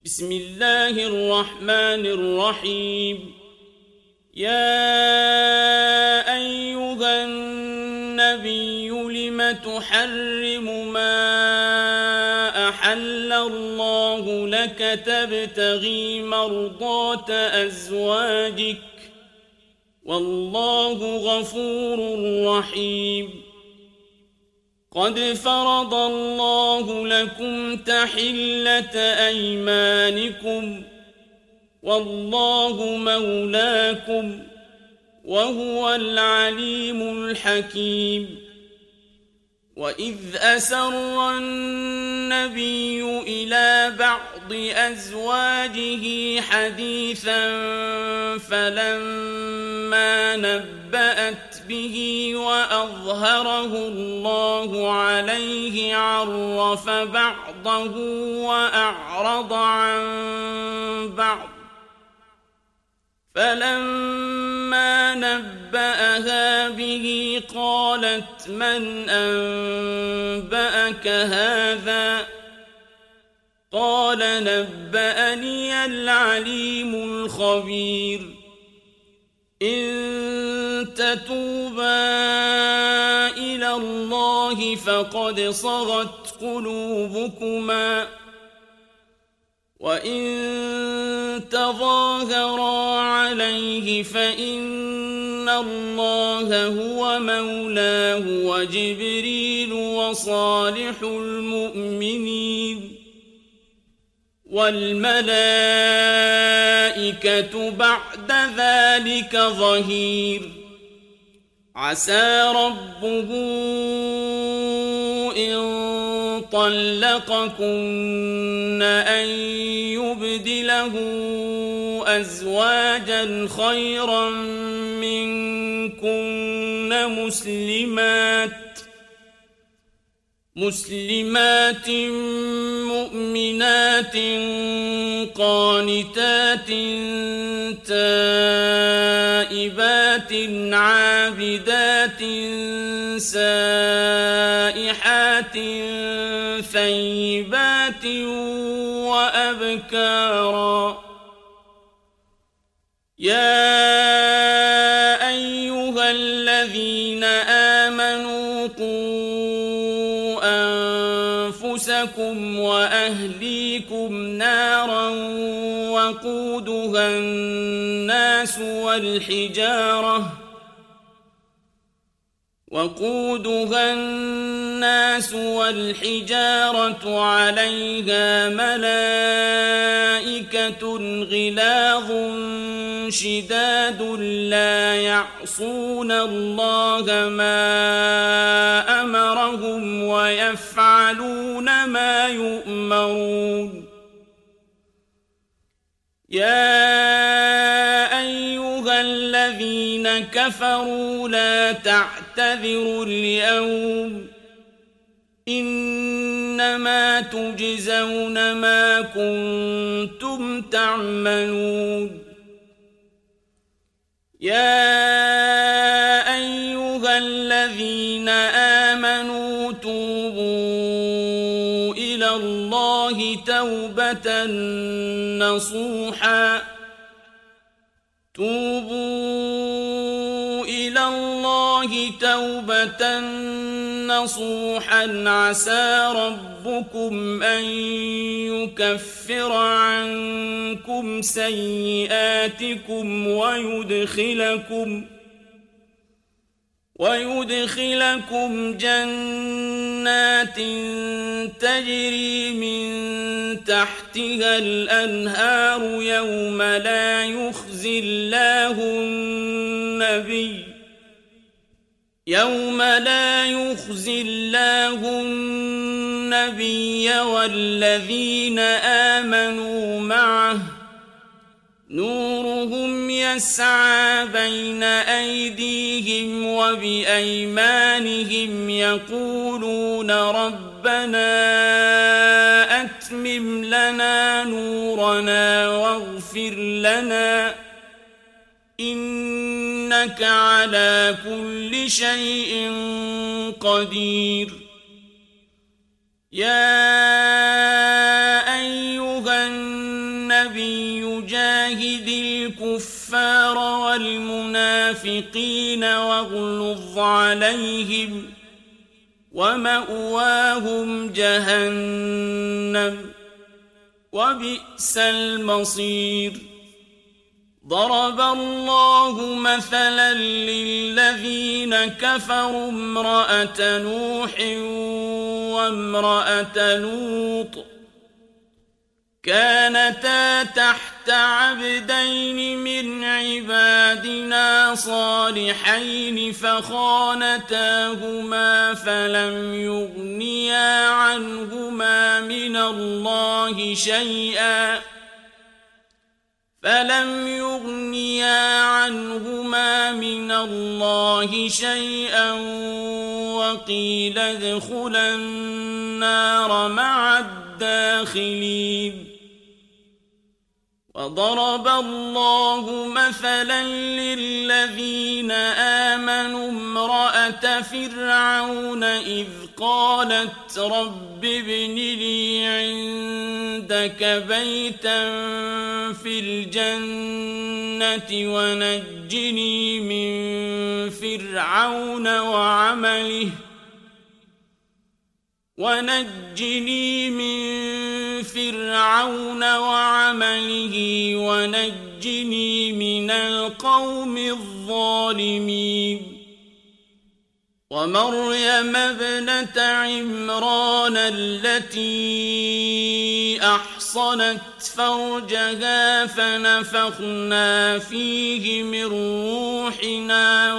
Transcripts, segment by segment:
بسم الله الرحمن الرحيم. يا أيها النبي لم تحرم ما أحل الله لك تبتغي مرضات أزواجك والله غفور رحيم. قد فرض الله لكم تحلة أيمانكم والله مولاكم وهو العليم الحكيم. وإذ أسر النبي إلى بعض أزواجه حديثا فلما نبأت به وأظهره الله عليه عرف بعضه وأعرض عن بعض فلما نبأها به قالت من أنبأك هذا قال نبأني العليم الخبير. إن تتوبا إلى الله فقد صغت قلوبكما وإن تظاهرا عليه فإن الله هو مولاه وجبريل وصالح المؤمنين والملائكة بعد ذلك ظهير. عسى ربه إن طلقكن أن يبدله أزواجا خيرا منكن مسلمات مؤمنات قانتات تائبات عابدات سائحات ثيبات وأبكارا. يا أيها الذين آمنوا قوا أنفسكم وأهليكم نارا وقودها الناس والحجارة عليها ملائكة غلاظ شداد لا يعصون الله ما أمرهم ويفعلون ما يؤمرون. يا أيها الذين كفروا لا تعتذروا اليوم إنما تجزون ما كنتم تعملون. يا أيها الذين آمنوا توبوا إلى الله توبة نصوحا عسى ربكم أن يكفر عنكم سيئاتكم ويدخلكم جنات تجري من تحتها الأنهار يوم لا يخزي الله النبي والذين آمنوا معه نورهم يسعى بين أيديهم وبأيمانهم يقولون ربنا أتمم لنا نورنا واغفر لنا إنك على كل شيء قدير. يا أيها النبي جاهد الكفار والمنافقين واغلظ عليهم ومأواهم جهنم وبئس المصير ضرب الله مثلا للذين كفروا امرأة نوح وامرأة لوط كانتا تحت عبدين من عبادنا صالحين فخانتاهما فلم يغنيا عنهما من الله شيئا وقيل ادخلا النار مع الداخلين وضرب الله مثلا للذين آمنوا امرأة فرعون إذ قالت رب ابن لي عندك بيتا في الجنة ونجني من فرعون وعمله ونجني من القوم الظالمين ومريم ابنة عمران التي أحصنت فرجها فنفخنا فيه من روحنا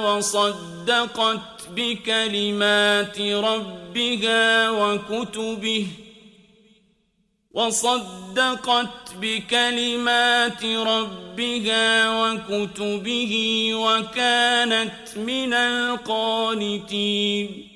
وصدقت بكلمات ربها وكتبه وكانت من القانتين